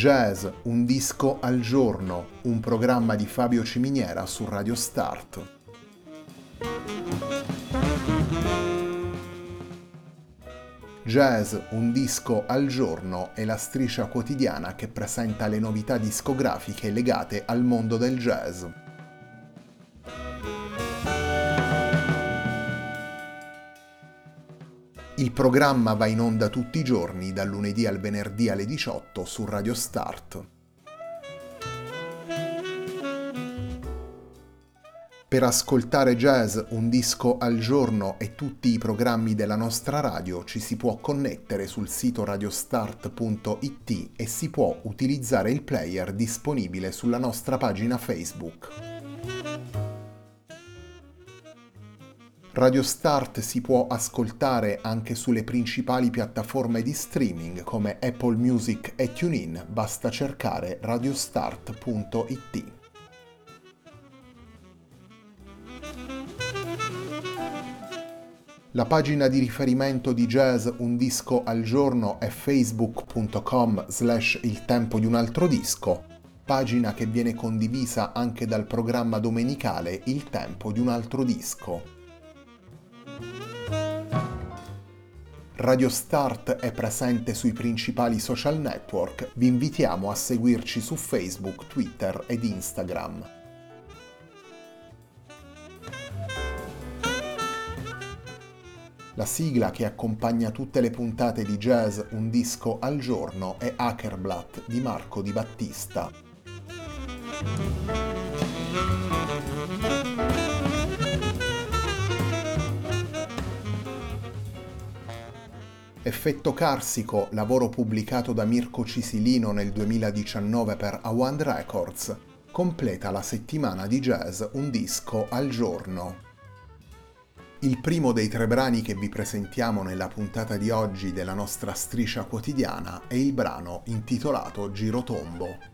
Jazz, un disco al giorno, un programma di Fabio Ciminiera su Radio Start. Jazz, un disco al giorno è la striscia quotidiana che presenta le novità discografiche legate al mondo del jazz. Il programma va in onda tutti i giorni, dal lunedì al venerdì alle 18 su Radio Start. Per ascoltare Jazz, un disco al giorno e tutti i programmi della nostra radio ci si può connettere sul sito radiostart.it e si può utilizzare il player disponibile sulla nostra pagina Facebook. Radio Start si può ascoltare anche sulle principali piattaforme di streaming come Apple Music e TuneIn, basta cercare radiostart.it. La pagina di riferimento di Jazz Un Disco al Giorno è facebook.com/il tempo di un altro disco, pagina che viene condivisa anche dal programma domenicale Il tempo di un altro disco. Radio Start è presente sui principali social network, vi invitiamo a seguirci su Facebook, Twitter ed Instagram. La sigla che accompagna tutte le puntate di Jazz Un Disco al Giorno è Hackerblatt di Marco Di Battista. Effetto Carsico, lavoro pubblicato da Mirko Cisilino nel 2019 per Awand Records, completa la settimana di Jazz Un Disco al Giorno. Il primo dei 3 brani che vi presentiamo nella puntata di oggi della nostra striscia quotidiana è il brano intitolato Girotombo.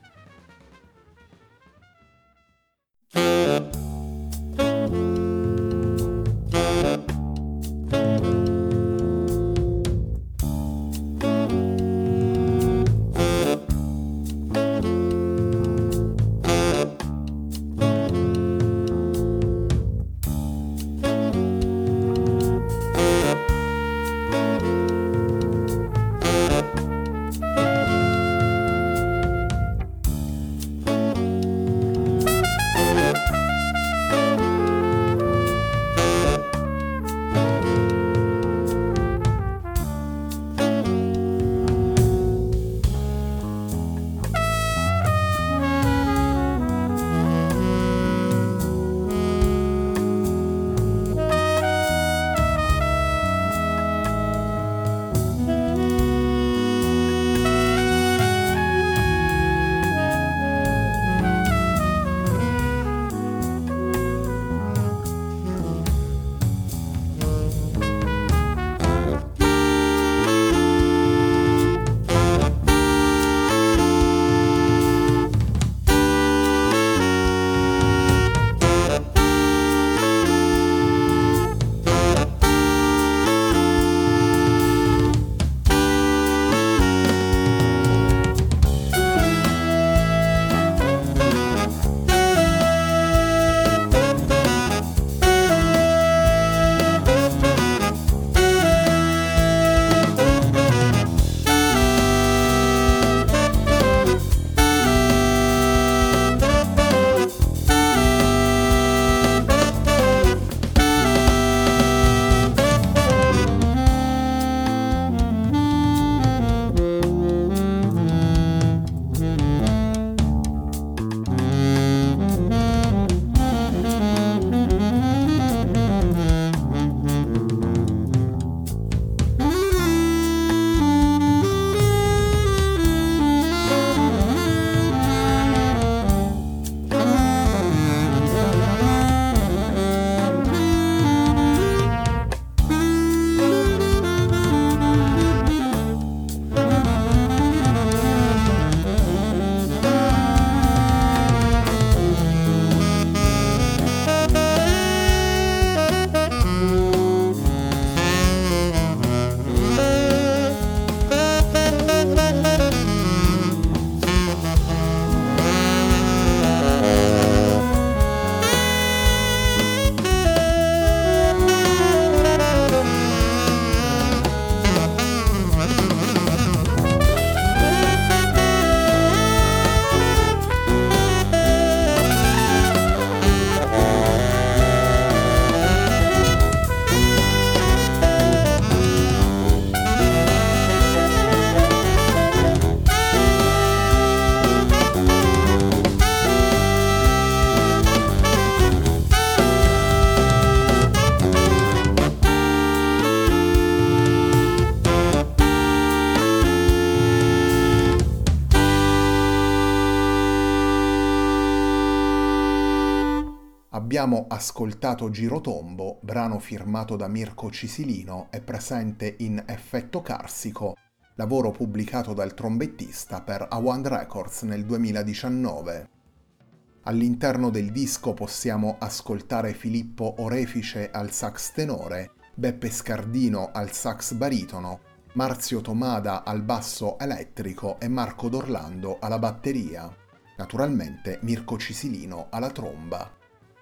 Abbiamo ascoltato Girotombo, brano firmato da Mirko Cisilino e presente in Effetto Carsico, lavoro pubblicato dal trombettista per Awand Records nel 2019. All'interno del disco possiamo ascoltare Filippo Orefice al sax tenore, Beppe Scardino al sax baritono, Marzio Tomada al basso elettrico e Marco D'Orlando alla batteria. Naturalmente Mirko Cisilino alla tromba.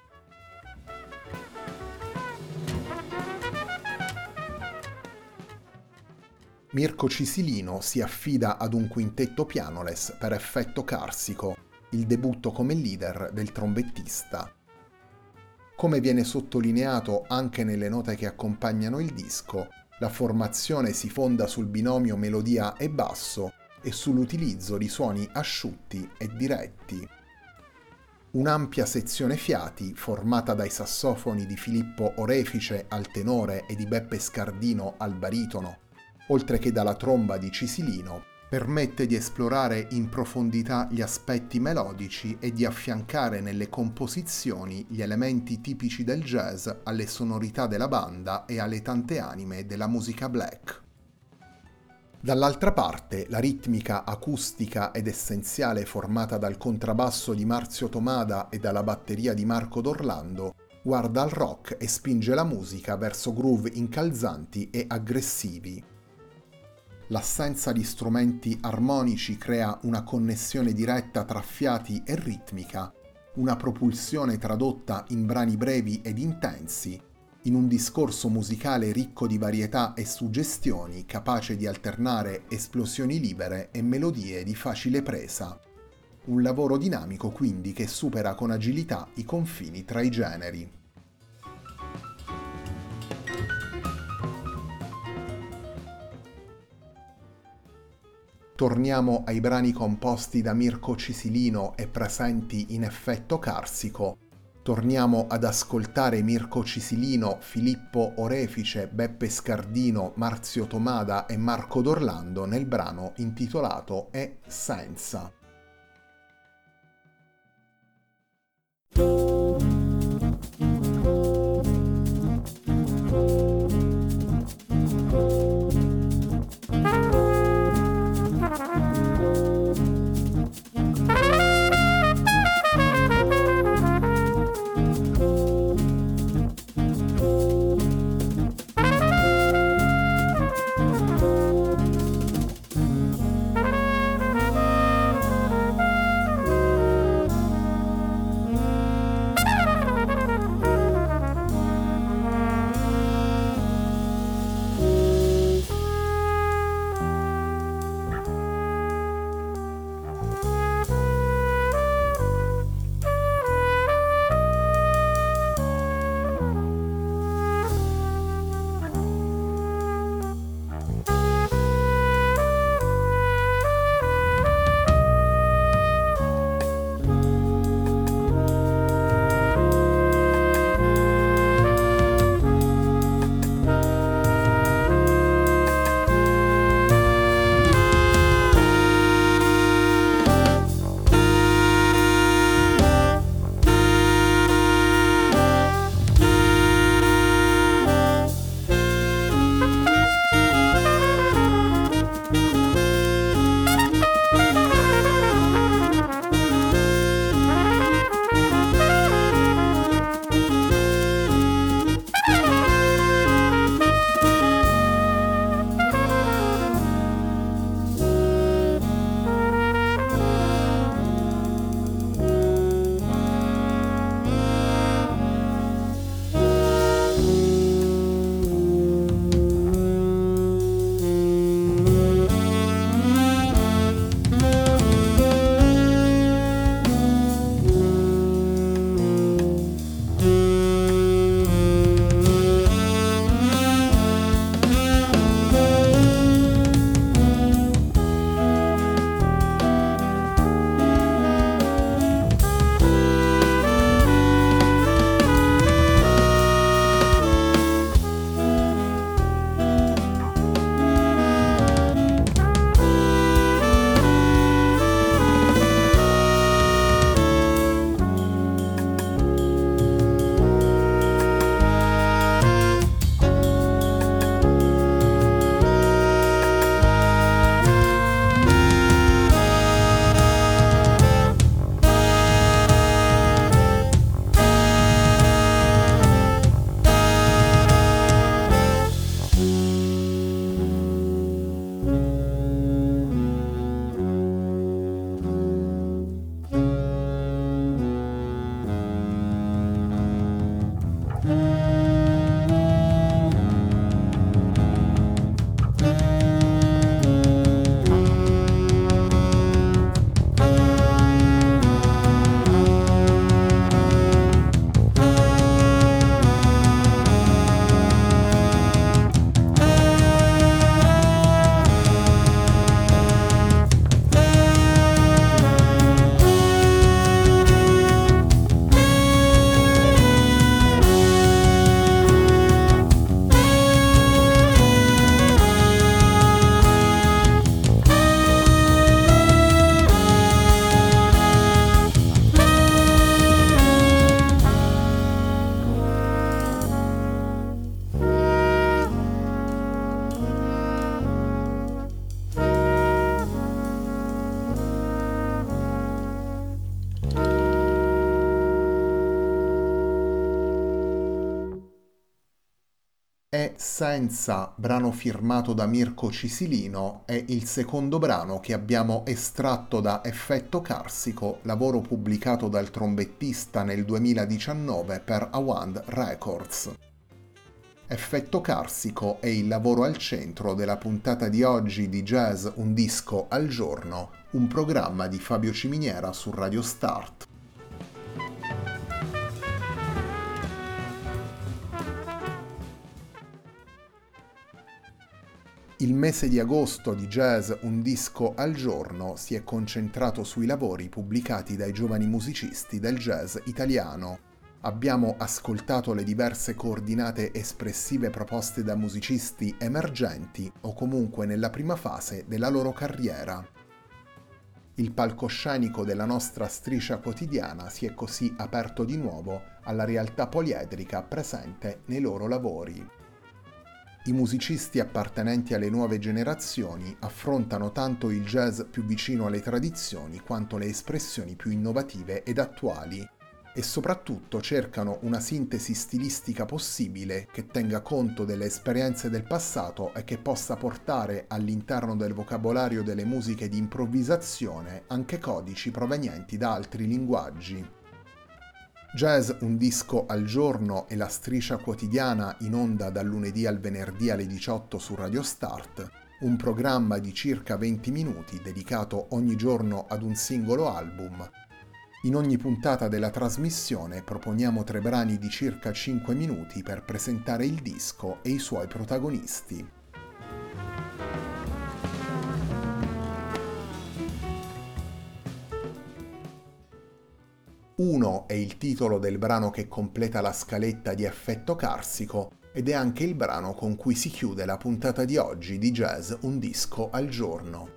Mirko Cisilino si affida ad un quintetto pianoles per Effetto Carsico, il debutto come leader del trombettista. Come viene sottolineato anche nelle note che accompagnano il disco, la formazione si fonda sul binomio melodia e basso e sull'utilizzo di suoni asciutti e diretti. Un'ampia sezione fiati, formata dai sassofoni di Filippo Orefice al tenore e di Beppe Scardino al baritono, oltre che dalla tromba di Cisilino, permette di esplorare in profondità gli aspetti melodici e di affiancare nelle composizioni gli elementi tipici del jazz alle sonorità della banda e alle tante anime della musica black. Dall'altra parte, la ritmica acustica ed essenziale formata dal contrabbasso di Marzio Tomada e dalla batteria di Marco D'Orlando guarda al rock e spinge la musica verso groove incalzanti e aggressivi. L'assenza di strumenti armonici crea una connessione diretta tra fiati e ritmica, una propulsione tradotta in brani brevi ed intensi, in un discorso musicale ricco di varietà e suggestioni, capace di alternare esplosioni libere e melodie di facile presa. Un lavoro dinamico quindi che supera con agilità i confini tra i generi. Torniamo ai brani composti da Mirko Cisilino e presenti in Effetto Carsico. Torniamo ad ascoltare Mirko Cisilino, Filippo Orefice, Beppe Scardino, Marzio Tomada e Marco D'Orlando nel brano intitolato E Senza. e Senza, brano firmato da Mirko Cisilino, è il secondo brano che abbiamo estratto da Effetto Carsico, lavoro pubblicato dal trombettista nel 2019 per Awand Records. Effetto Carsico è il lavoro al centro della puntata di oggi di Jazz Un disco al giorno, un programma di Fabio Ciminiera su Radio Start. Il mese di agosto di Jazz Un disco al giorno si è concentrato sui lavori pubblicati dai giovani musicisti del jazz italiano. Abbiamo ascoltato le diverse coordinate espressive proposte da musicisti emergenti o comunque nella prima fase della loro carriera. Il palcoscenico della nostra striscia quotidiana si è così aperto di nuovo alla realtà poliedrica presente nei loro lavori. I musicisti appartenenti alle nuove generazioni affrontano tanto il jazz più vicino alle tradizioni quanto le espressioni più innovative ed attuali e soprattutto cercano una sintesi stilistica possibile che tenga conto delle esperienze del passato e che possa portare all'interno del vocabolario delle musiche di improvvisazione anche codici provenienti da altri linguaggi. Jazz Un disco al giorno è la striscia quotidiana in onda dal lunedì al venerdì alle 18 su Radio Start, un programma di circa 20 minuti dedicato ogni giorno ad un singolo album. In ogni puntata della trasmissione proponiamo 3 brani di circa 5 minuti per presentare il disco e i suoi protagonisti. Uno è il titolo del brano che completa la scaletta di Effetto Carsico ed è anche il brano con cui si chiude la puntata di oggi di Jazz Un disco al giorno.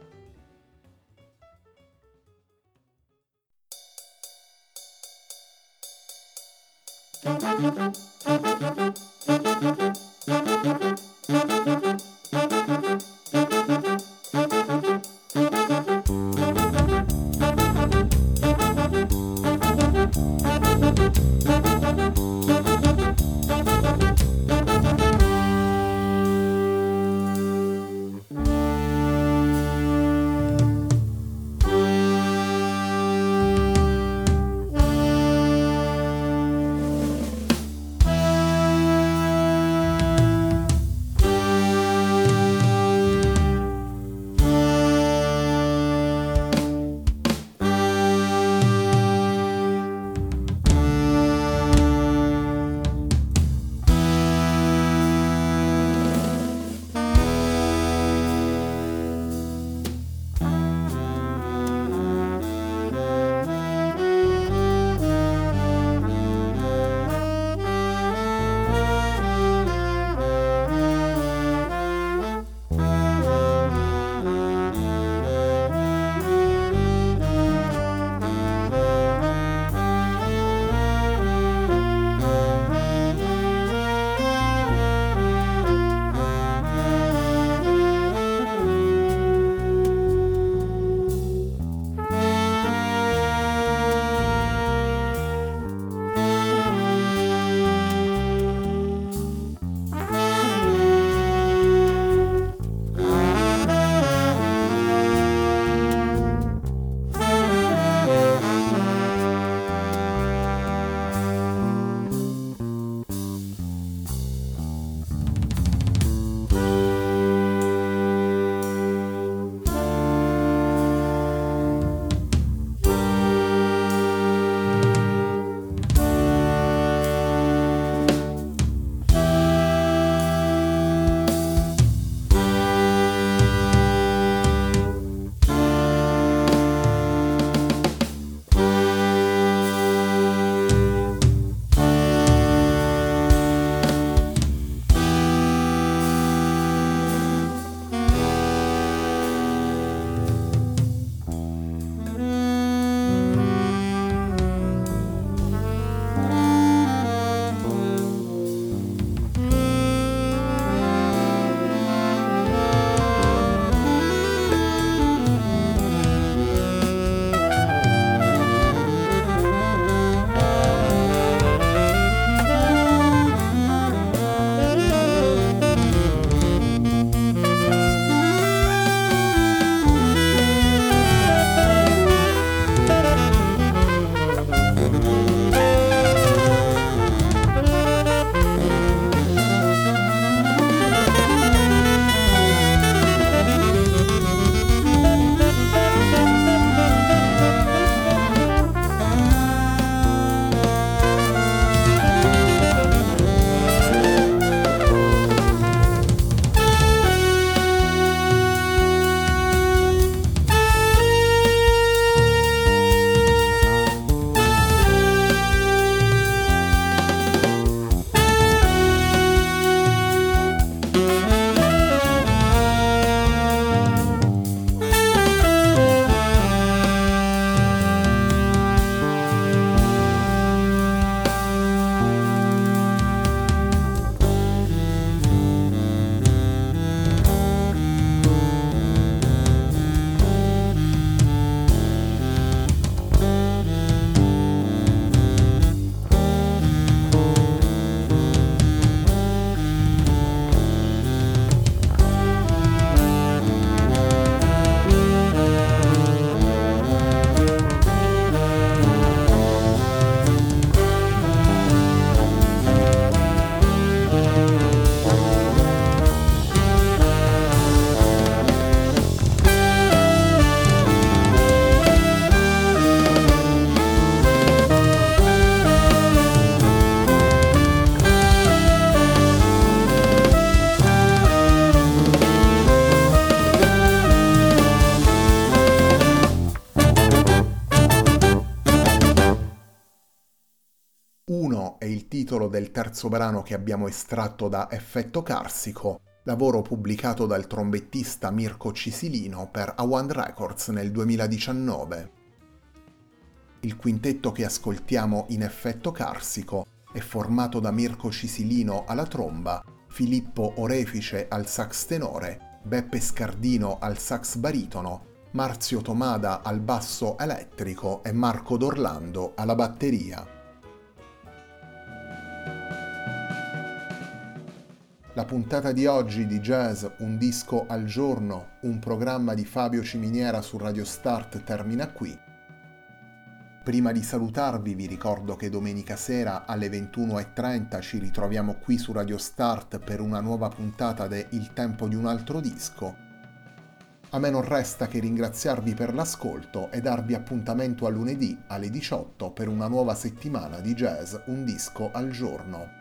titolo del terzo brano che abbiamo estratto da Effetto Carsico, lavoro pubblicato dal trombettista Mirko Cisilino per Awand Records nel 2019. Il quintetto che ascoltiamo in Effetto Carsico è formato da Mirko Cisilino alla tromba, Filippo Orefice al sax tenore, Beppe Scardino al sax baritono, Marzio Tomada al basso elettrico e Marco D'Orlando alla batteria. La puntata di oggi di Jazz Un disco al giorno, un programma di Fabio Ciminiera su Radio Start termina qui. Prima di salutarvi vi ricordo che domenica sera alle 21:30 ci ritroviamo qui su Radio Start per una nuova puntata de Il tempo di un altro disco. A me non resta che ringraziarvi per l'ascolto e darvi appuntamento a lunedì alle 18 per una nuova settimana di Jazz Un disco al giorno.